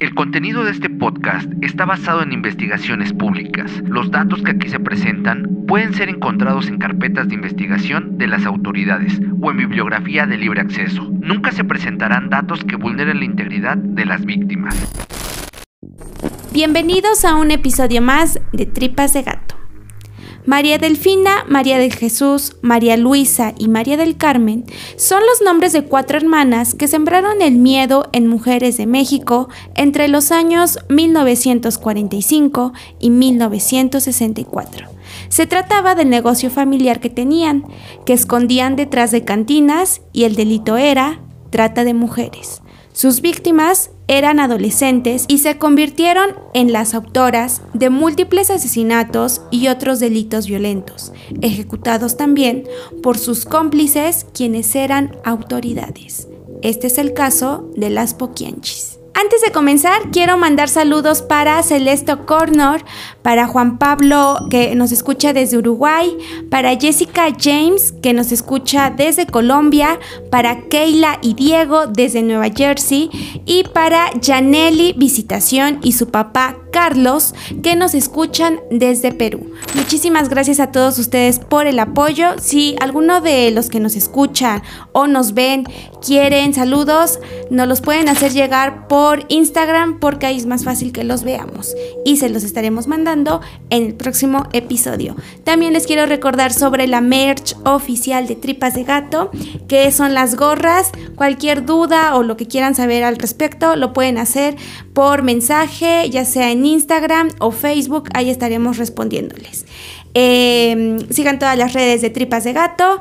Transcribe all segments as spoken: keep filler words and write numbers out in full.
El contenido de este podcast está basado en investigaciones públicas. Los datos que aquí se presentan pueden ser encontrados en carpetas de investigación de las autoridades o en bibliografía de libre acceso. Nunca se presentarán datos que vulneren la integridad de las víctimas. Bienvenidos a un episodio más de Tripas de Gato. María Delfina, María de Jesús, María Luisa y María del Carmen son los nombres de cuatro hermanas que sembraron el miedo en mujeres de México entre los años mil novecientos cuarenta y cinco y mil novecientos sesenta y cuatro. Se trataba del negocio familiar que tenían, que escondían detrás de cantinas, y el delito era trata de mujeres. Sus víctimas eran adolescentes y se convirtieron en las autoras de múltiples asesinatos y otros delitos violentos, ejecutados también por sus cómplices, quienes eran autoridades. Este es el caso de las Poquianchis. Antes de comenzar, quiero mandar saludos para Celeste Cornor, para Juan Pablo, que nos escucha desde Uruguay, para Jessica James, que nos escucha desde Colombia, para Keila y Diego desde Nueva Jersey, y para Janely Visitación y su papá Carlos, que nos escuchan desde Perú. Muchísimas gracias a todos ustedes por el apoyo. Si alguno de los que nos escuchan o nos ven quieren saludos, nos los pueden hacer llegar por Instagram, porque ahí es más fácil que los veamos y se los estaremos mandando en el próximo episodio. También les quiero recordar sobre la merch oficial de Tripas de Gato, que son las gorras. Cualquier duda o lo que quieran saber al respecto lo pueden hacer por mensaje, ya sea en Instagram o Facebook, ahí estaremos respondiéndoles. Eh, sigan todas las redes de Tripas de Gato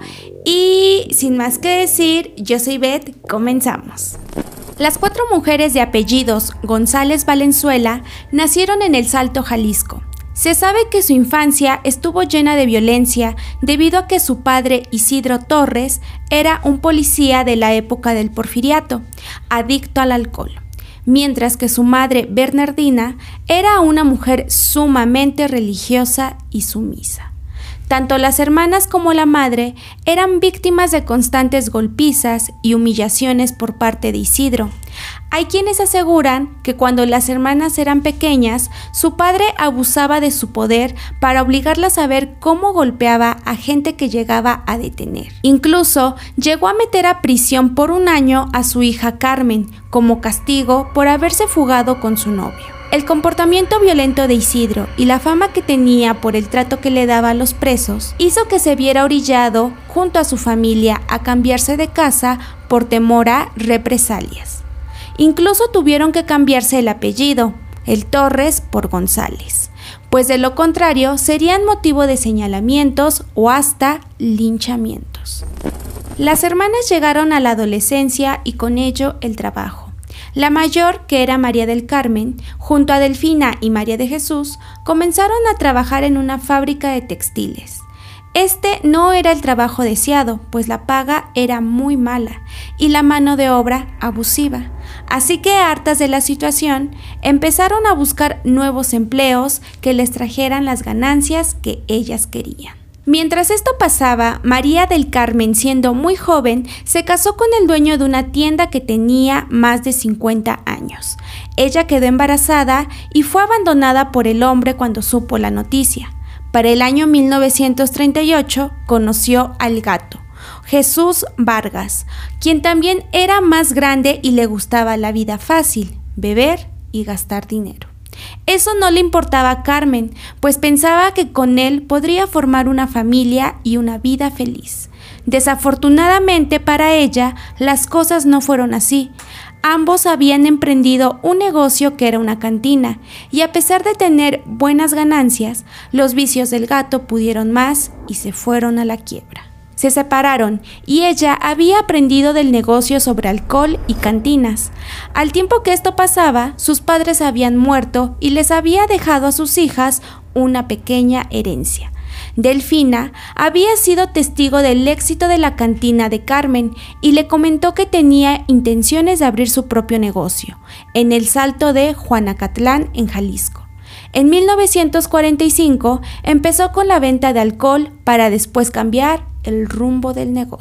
y sin más que decir, yo soy Beth, comenzamos. Las cuatro mujeres de apellidos González Valenzuela nacieron en El Salto, Jalisco. Se sabe que su infancia estuvo llena de violencia debido a que su padre, Isidro Torres, era un policía de la época del Porfiriato, adicto al alcohol, mientras que su madre, Bernardina, era una mujer sumamente religiosa y sumisa. Tanto las hermanas como la madre eran víctimas de constantes golpizas y humillaciones por parte de Isidro. Hay quienes aseguran que cuando las hermanas eran pequeñas, su padre abusaba de su poder para obligarlas a ver cómo golpeaba a gente que llegaba a detener. Incluso llegó a meter a prisión por un año a su hija Carmen, como castigo por haberse fugado con su novio. El comportamiento violento de Isidro y la fama que tenía por el trato que le daba a los presos hizo que se viera orillado, junto a su familia, a cambiarse de casa por temor a represalias. Incluso tuvieron que cambiarse el apellido, el Torres por González, pues de lo contrario serían motivo de señalamientos o hasta linchamientos. Las hermanas llegaron a la adolescencia y con ello el trabajo. La mayor, que era María del Carmen, junto a Delfina y María de Jesús, comenzaron a trabajar en una fábrica de textiles. Este no era el trabajo deseado, pues la paga era muy mala y la mano de obra abusiva. Así que, hartas de la situación, empezaron a buscar nuevos empleos que les trajeran las ganancias que ellas querían. Mientras esto pasaba, María del Carmen, siendo muy joven, se casó con el dueño de una tienda que tenía más de cincuenta años. Ella quedó embarazada y fue abandonada por el hombre cuando supo la noticia. Para el año mil novecientos treinta y ocho conoció al gato, Jesús Vargas, quien también era más grande y le gustaba la vida fácil, beber y gastar dinero. Eso no le importaba a Carmen, pues pensaba que con él podría formar una familia y una vida feliz. Desafortunadamente para ella, las cosas no fueron así. Ambos habían emprendido un negocio que era una cantina, y a pesar de tener buenas ganancias, los vicios del gato pudieron más y se fueron a la quiebra. Se separaron y ella había aprendido del negocio sobre alcohol y cantinas. Al tiempo que esto pasaba, sus padres habían muerto y les había dejado a sus hijas una pequeña herencia. Delfina había sido testigo del éxito de la cantina de Carmen y le comentó que tenía intenciones de abrir su propio negocio en el Salto de Juanacatlán, en Jalisco. En mil novecientos cuarenta y cinco empezó con la venta de alcohol para después cambiar el rumbo del negocio.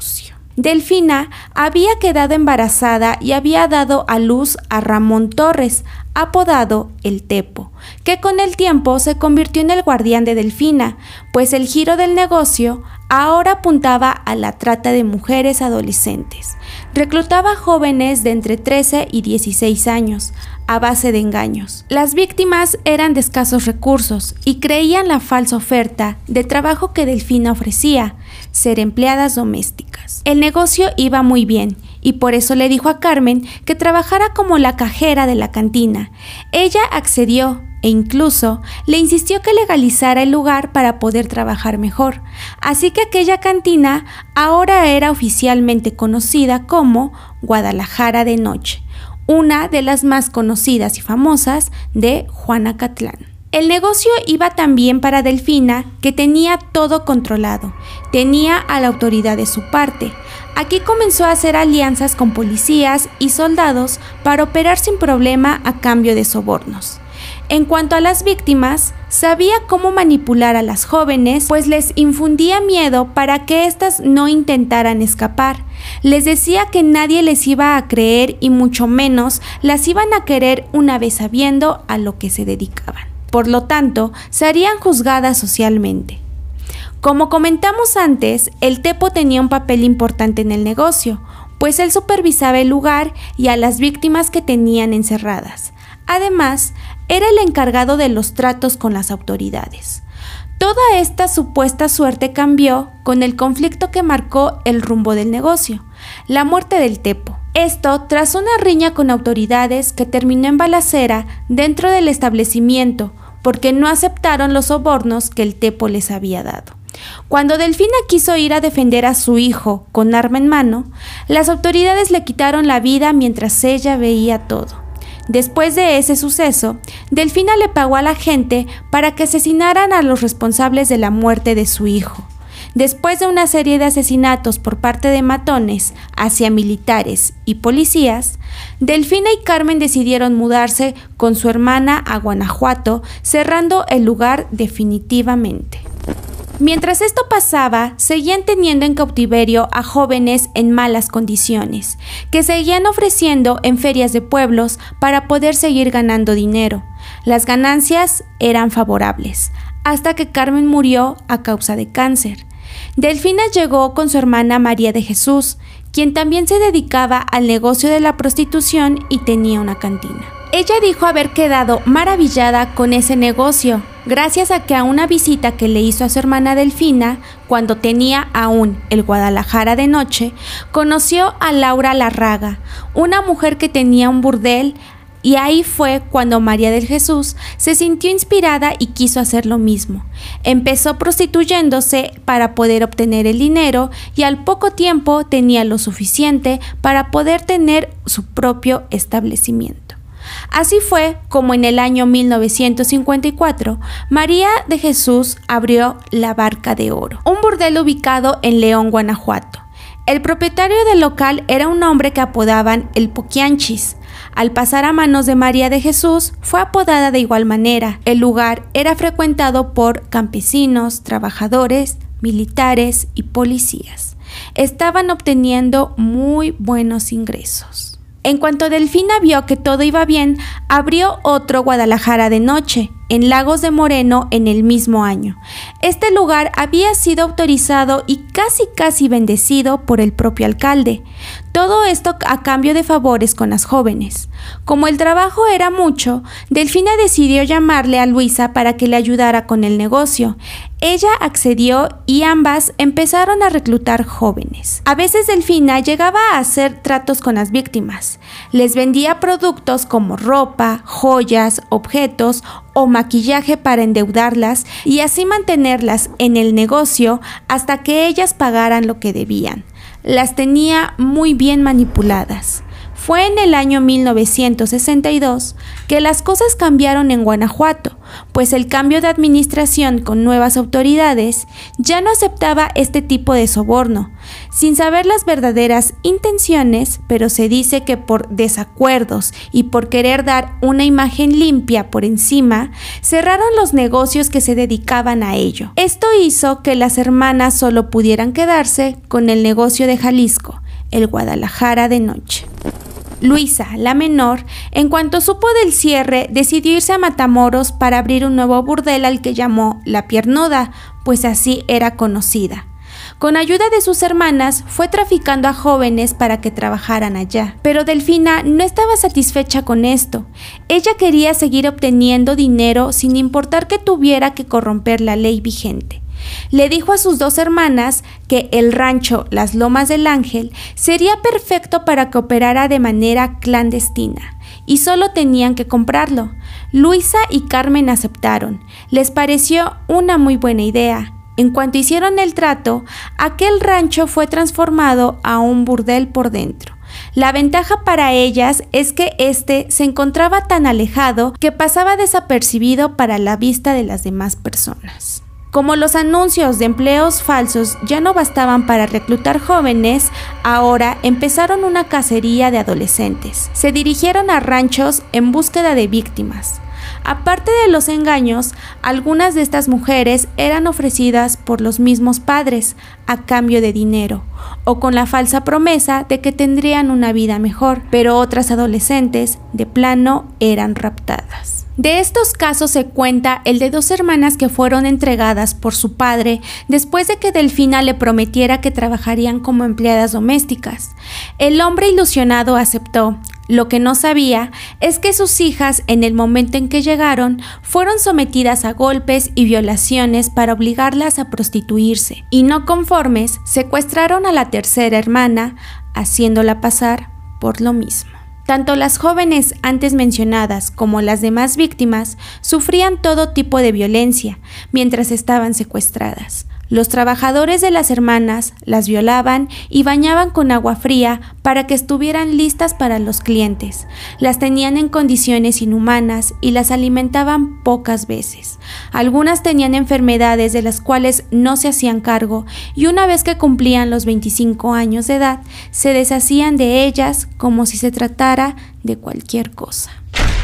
Delfina había quedado embarazada y había dado a luz a Ramón Torres, apodado El Tepo, que con el tiempo se convirtió en el guardián de Delfina, pues el giro del negocio ahora apuntaba a la trata de mujeres adolescentes. Reclutaba jóvenes de entre trece y dieciséis años, a base de engaños. Las víctimas eran de escasos recursos y creían la falsa oferta de trabajo que Delfina ofrecía, ser empleadas domésticas. El negocio iba muy bien y por eso le dijo a Carmen que trabajara como la cajera de la cantina. Ella accedió e incluso le insistió que legalizara el lugar para poder trabajar mejor. Así que aquella cantina ahora era oficialmente conocida como Guadalajara de Noche, una de las más conocidas y famosas de Juanacatlán. El negocio iba tan bien para Delfina que tenía todo controlado, tenía a la autoridad de su parte. Aquí comenzó a hacer alianzas con policías y soldados para operar sin problema a cambio de sobornos. En cuanto a las víctimas, sabía cómo manipular a las jóvenes, pues les infundía miedo para que éstas no intentaran escapar. Les decía que nadie les iba a creer y mucho menos las iban a querer una vez sabiendo a lo que se dedicaban. Por lo tanto, serían juzgadas socialmente. Como comentamos antes, el Tepo tenía un papel importante en el negocio, pues él supervisaba el lugar y a las víctimas que tenían encerradas. Además, era el encargado de los tratos con las autoridades. Toda esta supuesta suerte cambió con el conflicto que marcó el rumbo del negocio, la muerte del Tepo. Esto tras una riña con autoridades que terminó en balacera dentro del establecimiento porque no aceptaron los sobornos que el Tepo les había dado. Cuando Delfina quiso ir a defender a su hijo con arma en mano, las autoridades le quitaron la vida mientras ella veía todo. Después de ese suceso, Delfina le pagó a la gente para que asesinaran a los responsables de la muerte de su hijo. Después de una serie de asesinatos por parte de matones hacia militares y policías, Delfina y Carmen decidieron mudarse con su hermana a Guanajuato, cerrando el lugar definitivamente. Mientras esto pasaba, seguían teniendo en cautiverio a jóvenes en malas condiciones, que seguían ofreciendo en ferias de pueblos para poder seguir ganando dinero. Las ganancias eran favorables, hasta que Carmen murió a causa de cáncer. Delfina llegó con su hermana María de Jesús, quien también se dedicaba al negocio de la prostitución y tenía una cantina. Ella dijo haber quedado maravillada con ese negocio, gracias a que a una visita que le hizo a su hermana Delfina, cuando tenía aún el Guadalajara de Noche, conoció a Laura Larraga, una mujer que tenía un burdel, y ahí fue cuando María del Jesús se sintió inspirada y quiso hacer lo mismo. Empezó prostituyéndose para poder obtener el dinero y al poco tiempo tenía lo suficiente para poder tener su propio establecimiento. Así fue como en el año mil novecientos cincuenta y cuatro, María de Jesús abrió La Barca de Oro, un burdel ubicado en León, Guanajuato. El propietario del local era un hombre que apodaban el Poquianchis. Al pasar a manos de María de Jesús, fue apodada de igual manera. El lugar era frecuentado por campesinos, trabajadores, militares y policías. Estaban obteniendo muy buenos ingresos. En cuanto Delfina vio que todo iba bien, abrió otro Guadalajara de Noche, en Lagos de Moreno en el mismo año. Este lugar había sido autorizado y casi casi bendecido por el propio alcalde. Todo esto a cambio de favores con las jóvenes. Como el trabajo era mucho, Delfina decidió llamarle a Luisa para que le ayudara con el negocio. Ella accedió y ambas empezaron a reclutar jóvenes. A veces Delfina llegaba a hacer tratos con las víctimas. Les vendía productos como ropa, joyas, objetos o maquillaje para endeudarlas y así mantenerlas en el negocio hasta que ellas pagaran lo que debían. Las tenía muy bien manipuladas. Fue en el año mil novecientos sesenta y dos que las cosas cambiaron en Guanajuato, pues el cambio de administración con nuevas autoridades ya no aceptaba este tipo de soborno. sin saber las verdaderas intenciones, pero se dice que por desacuerdos y por querer dar una imagen limpia por encima, cerraron los negocios que se dedicaban a ello. Esto hizo que las hermanas solo pudieran quedarse con el negocio de Jalisco, el Guadalajara de noche. Luisa, la menor, en cuanto supo del cierre, decidió irse a Matamoros para abrir un nuevo burdel al que llamó La Piernuda, pues así era conocida. Con ayuda de sus hermanas, fue traficando a jóvenes para que trabajaran allá. Pero Delfina no estaba satisfecha con esto. Ella quería seguir obteniendo dinero sin importar que tuviera que corromper la ley vigente. Le dijo a sus dos hermanas que el rancho Las Lomas del Ángel sería perfecto para que operara de manera clandestina, y solo tenían que comprarlo. Luisa y Carmen aceptaron. Les pareció una muy buena idea. En cuanto hicieron el trato, aquel rancho fue transformado a un burdel por dentro. La ventaja para ellas es que este se encontraba tan alejado que pasaba desapercibido para la vista de las demás personas. Como los anuncios de empleos falsos ya no bastaban para reclutar jóvenes, ahora empezaron una cacería de adolescentes. Se dirigieron a ranchos en búsqueda de víctimas. Aparte de los engaños, algunas de estas mujeres eran ofrecidas por los mismos padres a cambio de dinero o con la falsa promesa de que tendrían una vida mejor, pero otras adolescentes de plano eran raptadas. De estos casos se cuenta el de dos hermanas que fueron entregadas por su padre después de que Delfina le prometiera que trabajarían como empleadas domésticas. El hombre ilusionado aceptó. Lo que no sabía es que sus hijas, en el momento en que llegaron, fueron sometidas a golpes y violaciones para obligarlas a prostituirse, y no conformes, secuestraron a la tercera hermana, haciéndola pasar por lo mismo. Tanto las jóvenes antes mencionadas como las demás víctimas sufrían todo tipo de violencia mientras estaban secuestradas. Los trabajadores de las hermanas las violaban y bañaban con agua fría para que estuvieran listas para los clientes. Las tenían en condiciones inhumanas y las alimentaban pocas veces. Algunas tenían enfermedades de las cuales no se hacían cargo, y una vez que cumplían los veinticinco años de edad, se deshacían de ellas como si se tratara de cualquier cosa.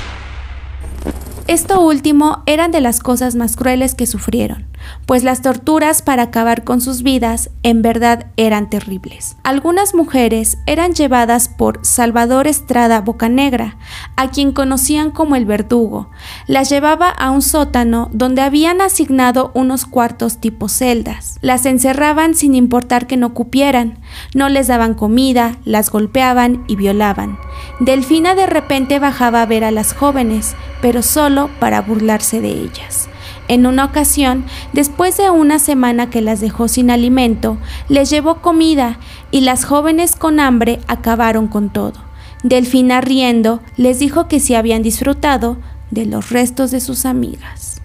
Esto último eran de las cosas más crueles que sufrieron, pues las torturas para acabar con sus vidas en verdad eran terribles. Algunas mujeres eran llevadas por Salvador Estrada Bocanegra, a quien conocían como el verdugo. Las llevaba a un sótano donde habían asignado unos cuartos tipo celdas. Las encerraban sin importar que no cupieran, no les daban comida, las golpeaban y violaban. Delfina de repente bajaba a ver a las jóvenes, pero solo para burlarse de ellas. En una ocasión, después de una semana que las dejó sin alimento, les llevó comida y las jóvenes con hambre acabaron con todo. Delfina, riendo, les dijo que sí habían disfrutado de los restos de sus amigas.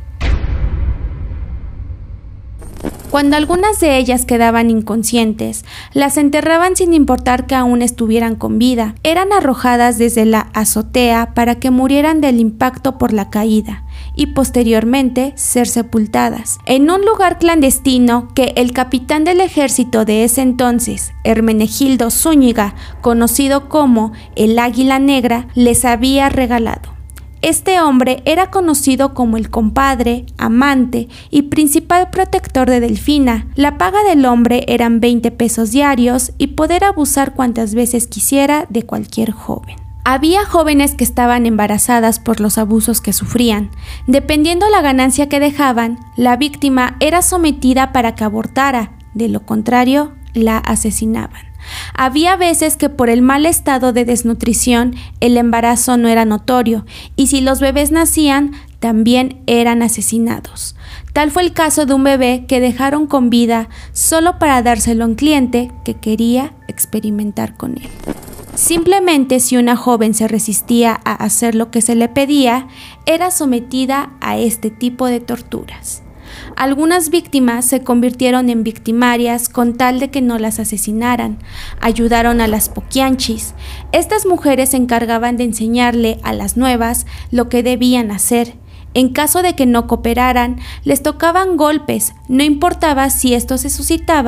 Cuando algunas de ellas quedaban inconscientes, las enterraban sin importar que aún estuvieran con vida. Eran arrojadas desde la azotea para que murieran del impacto por la caída y posteriormente ser sepultadas en un lugar clandestino que el capitán del ejército de ese entonces, Hermenegildo Zúñiga, conocido como el Águila Negra, les había regalado. Este hombre era conocido como el compadre, amante y principal protector de Delfina. La paga del hombre eran veinte pesos diarios y poder abusar cuantas veces quisiera de cualquier joven. Había jóvenes que estaban embarazadas por los abusos que sufrían. Dependiendo la ganancia que dejaban, la víctima era sometida para que abortara, de lo contrario, la asesinaban. Había veces que por el mal estado de desnutrición el embarazo no era notorio y si los bebés nacían también eran asesinados. Tal fue el caso de un bebé que dejaron con vida solo para dárselo a un cliente que quería experimentar con él. Simplemente si una joven se resistía a hacer lo que se le pedía, era sometida a este tipo de torturas. Algunas víctimas se convirtieron en victimarias con tal de que no las asesinaran. Ayudaron a las poquianchis. Estas mujeres se encargaban de enseñarle a las nuevas lo que debían hacer. En caso de que no cooperaran, les tocaban golpes, no importaba si esto se suscitaba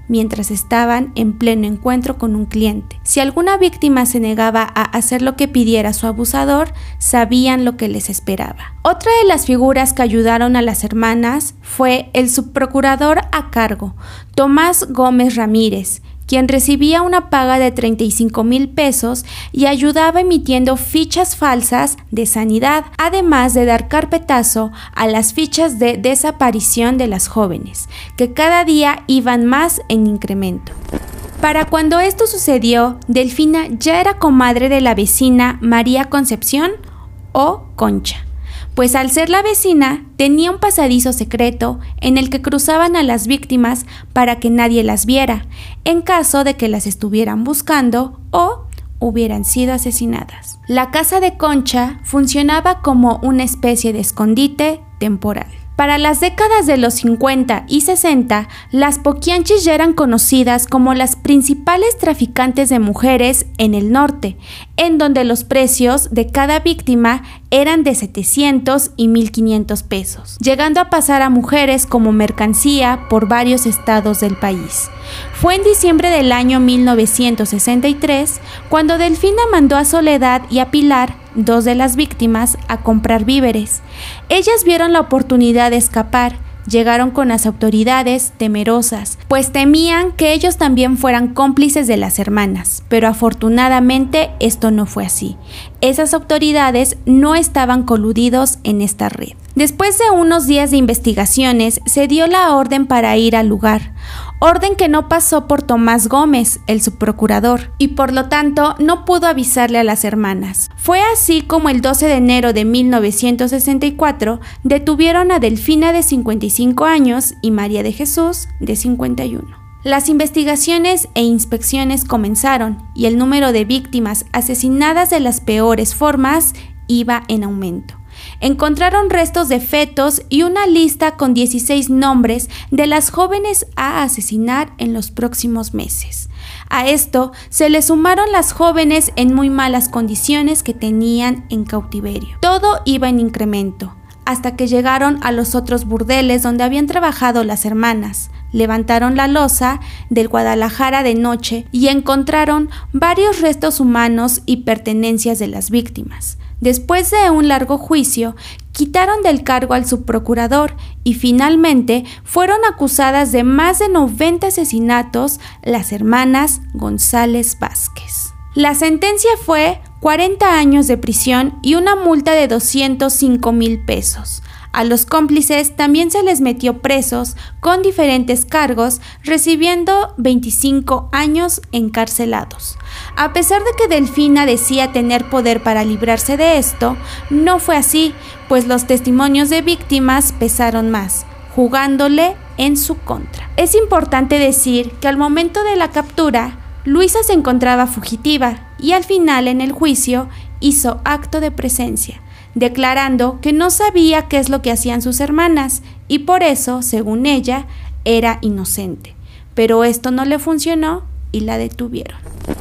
mientras estaban en pleno encuentro con un cliente. Si alguna víctima se negaba a hacer lo que pidiera su abusador, sabían lo que les esperaba. Otra de las figuras que ayudaron a las hermanas fue el subprocurador a cargo, Tomás Gómez Ramírez, quien recibía una paga de treinta y cinco mil pesos y ayudaba emitiendo fichas falsas de sanidad, además de dar carpetazo a las fichas de desaparición de las jóvenes, que cada día iban más en incremento. Para cuando esto sucedió, Delfina ya era comadre de la vecina María Concepción o Concha, pues al ser la vecina tenía un pasadizo secreto en el que cruzaban a las víctimas para que nadie las viera, en caso de que las estuvieran buscando o hubieran sido asesinadas. La casa de Concha funcionaba como una especie de escondite temporal. Para las décadas de los cincuenta y sesenta, las poquianchis ya eran conocidas como las principales traficantes de mujeres en el norte, en donde los precios de cada víctima eran de setecientos y mil quinientos pesos, llegando a pasar a mujeres como mercancía por varios estados del país. Fue en diciembre del año mil novecientos sesenta y tres cuando Delfina mandó a Soledad y a Pilar, dos de las víctimas, a comprar víveres. Ellas vieron la oportunidad de escapar, llegaron con las autoridades temerosas, pues temían que ellos también fueran cómplices de las hermanas, pero afortunadamente esto no fue así. Esas autoridades no estaban coludidos en esta red. Después de unos días de investigaciones, se dio la orden para ir al lugar, orden que no pasó por Tomás Gómez, el subprocurador, y por lo tanto no pudo avisarle a las hermanas. Fue así como el doce de enero de mil novecientos sesenta y cuatro detuvieron a Delfina de cincuenta y cinco años y María de Jesús de cincuenta y uno. Las investigaciones e inspecciones comenzaron y el número de víctimas asesinadas de las peores formas iba en aumento. Encontraron restos de fetos y una lista con dieciséis nombres de las jóvenes a asesinar en los próximos meses. A esto se le sumaron las jóvenes en muy malas condiciones que tenían en cautiverio. Todo iba en incremento, hasta que llegaron a los otros burdeles donde habían trabajado las hermanas. Levantaron la losa del Guadalajara de noche y encontraron varios restos humanos y pertenencias de las víctimas. Después de un largo juicio, quitaron del cargo al subprocurador y finalmente fueron acusadas de más de noventa asesinatos las hermanas González Vázquez. La sentencia fue cuarenta años de prisión y una multa de doscientos cinco mil pesos. A los cómplices también se les metió presos con diferentes cargos, recibiendo veinticinco años encarcelados. A pesar de que Delfina decía tener poder para librarse de esto, no fue así, pues los testimonios de víctimas pesaron más, jugándole en su contra. Es importante decir que al momento de la captura, Luisa se encontraba fugitiva y al final en el juicio hizo acto de presencia, declarando que no sabía qué es lo que hacían sus hermanas y por eso, según ella, era inocente. Pero esto no le funcionó y la detuvieron.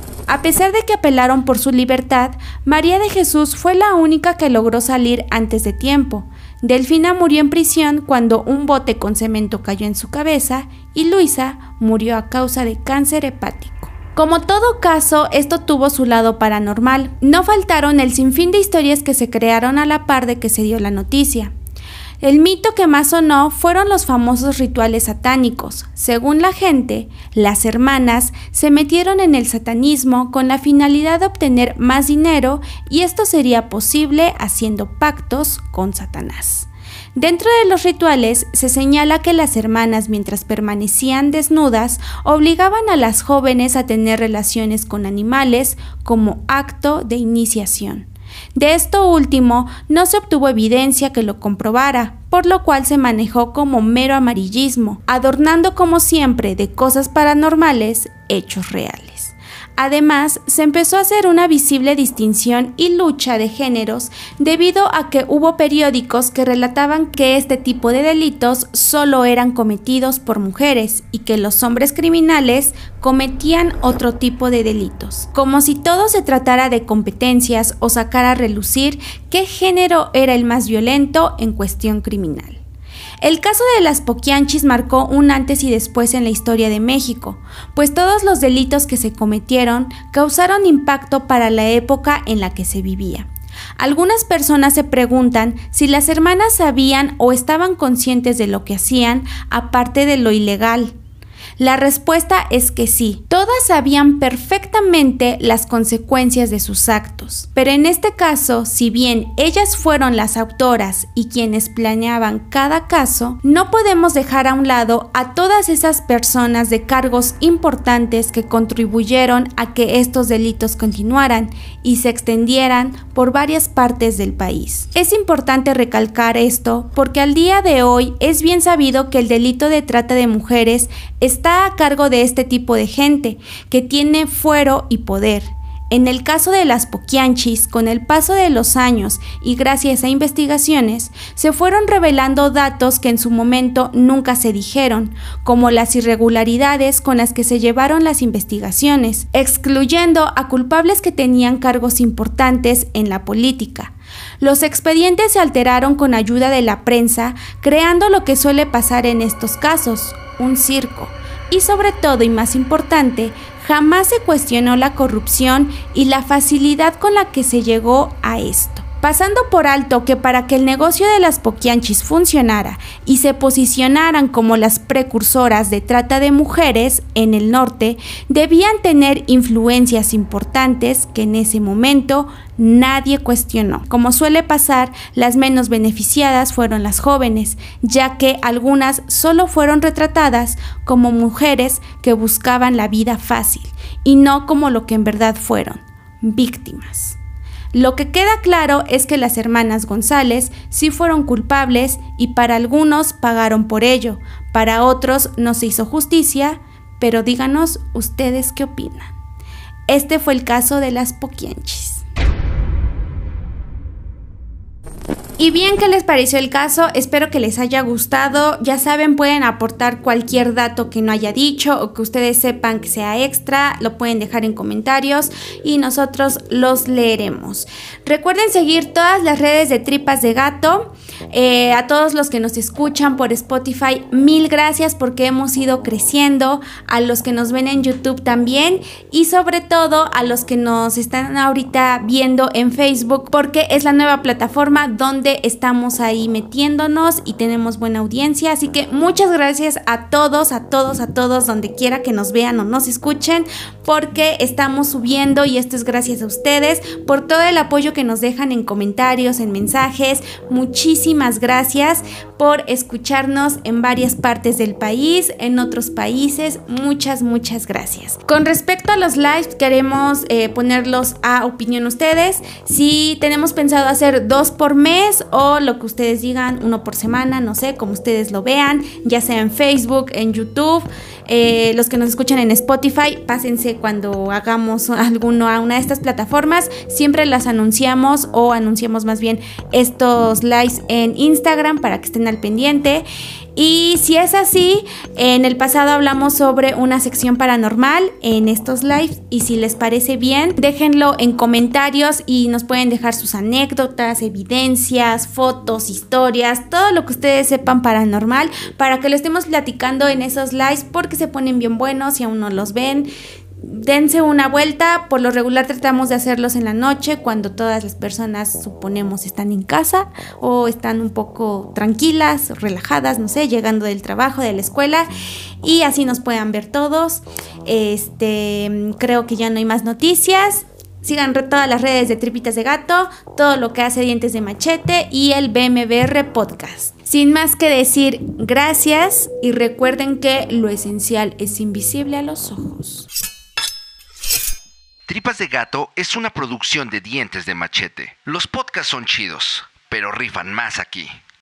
A pesar de que apelaron por su libertad, María de Jesús fue la única que logró salir antes de tiempo. Delfina murió en prisión cuando un bote con cemento cayó en su cabeza y Luisa murió a causa de cáncer hepático. Como todo caso, esto tuvo su lado paranormal. No faltaron el sinfín de historias que se crearon a la par de que se dio la noticia. El mito que más sonó fueron los famosos rituales satánicos. Según la gente, las hermanas se metieron en el satanismo con la finalidad de obtener más dinero y esto sería posible haciendo pactos con Satanás. Dentro de los rituales se señala que las hermanas, mientras permanecían desnudas, obligaban a las jóvenes a tener relaciones con animales como acto de iniciación. De esto último no se obtuvo evidencia que lo comprobara, por lo cual se manejó como mero amarillismo, adornando como siempre de cosas paranormales hechos reales. Además, se empezó a hacer una visible distinción y lucha de géneros debido a que hubo periódicos que relataban que este tipo de delitos solo eran cometidos por mujeres y que los hombres criminales cometían otro tipo de delitos, como si todo se tratara de competencias o sacar a relucir qué género era el más violento en cuestión criminal. El caso de las Poquianchis marcó un antes y después en la historia de México, pues todos los delitos que se cometieron causaron impacto para la época en la que se vivía. Algunas personas se preguntan si las hermanas sabían o estaban conscientes de lo que hacían, aparte de lo ilegal. La respuesta es que sí, todas sabían perfectamente las consecuencias de sus actos, pero en este caso, si bien ellas fueron las autoras y quienes planeaban cada caso, no podemos dejar a un lado a todas esas personas de cargos importantes que contribuyeron a que estos delitos continuaran y se extendieran por varias partes del país. Es importante recalcar esto porque al día de hoy es bien sabido que el delito de trata de mujeres está a cargo de este tipo de gente que tiene fuero y poder. En el caso de las Poquianchis, con el paso de los años y gracias a investigaciones, se fueron revelando datos que en su momento nunca se dijeron, como las irregularidades con las que se llevaron las investigaciones, excluyendo a culpables que tenían cargos importantes en la política. Los expedientes se alteraron con ayuda de la prensa, creando lo que suele pasar en estos casos, un circo. Y sobre todo, y más importante, jamás se cuestionó la corrupción y la facilidad con la que se llegó a esto. Pasando por alto que para que el negocio de las Poquianchis funcionara y se posicionaran como las precursoras de trata de mujeres en el norte, debían tener influencias importantes que en ese momento nadie cuestionó. Como suele pasar, las menos beneficiadas fueron las jóvenes, ya que algunas solo fueron retratadas como mujeres que buscaban la vida fácil y no como lo que en verdad fueron, víctimas. Lo que queda claro es que las hermanas González sí fueron culpables y para algunos pagaron por ello, para otros no se hizo justicia, pero díganos ustedes qué opinan. Este fue el caso de las Poquianchis. Y bien, ¿qué les pareció el caso? Espero que les haya gustado. Ya saben, pueden aportar cualquier dato que no haya dicho o que ustedes sepan que sea extra. Lo pueden dejar en comentarios y nosotros los leeremos. Recuerden seguir todas las redes de Tripas de Gato. Eh, a todos los que nos escuchan por Spotify, mil gracias porque hemos ido creciendo. A los que nos ven en YouTube también. Y sobre todo a los que nos están ahorita viendo en Facebook, porque es la nueva plataforma donde estamos ahí metiéndonos y tenemos buena audiencia, así que muchas gracias a todos, a todos, a todos, donde quiera que nos vean o nos escuchen, porque estamos subiendo y esto es gracias a ustedes por todo el apoyo que nos dejan en comentarios, en mensajes. Muchísimas gracias por escucharnos en varias partes del país, en otros países, muchas, muchas gracias. Con respecto a los lives, queremos eh, ponerlos a opinión ustedes, si tenemos pensado hacer dos por mes o lo que ustedes digan, uno por semana, no sé, como ustedes lo vean, ya sea en Facebook, en YouTube, eh, los que nos escuchan en Spotify, pásense cuando hagamos alguno a una de estas plataformas, siempre las anunciamos o anunciamos más bien estos lives en Instagram para que estén al pendiente. Y si es así, en el pasado hablamos sobre una sección paranormal en estos lives y si les parece bien, déjenlo en comentarios y nos pueden dejar sus anécdotas, evidencias, fotos, historias, todo lo que ustedes sepan paranormal para que lo estemos platicando en esos lives porque se ponen bien buenos y aún no los ven. Dense una vuelta, por lo regular tratamos de hacerlos en la noche cuando todas las personas suponemos están en casa o están un poco tranquilas, relajadas, no sé, llegando del trabajo, de la escuela y así nos puedan ver todos. Este, creo que ya no hay más noticias. Sigan todas las redes de Tripitas de Gato, todo lo que hace Dientes de Machete y el B M B R Podcast. Sin más que decir, gracias y recuerden que lo esencial es invisible a los ojos. Tripas de Gato es una producción de Dientes de Machete. Los podcasts son chidos, pero rifan más aquí.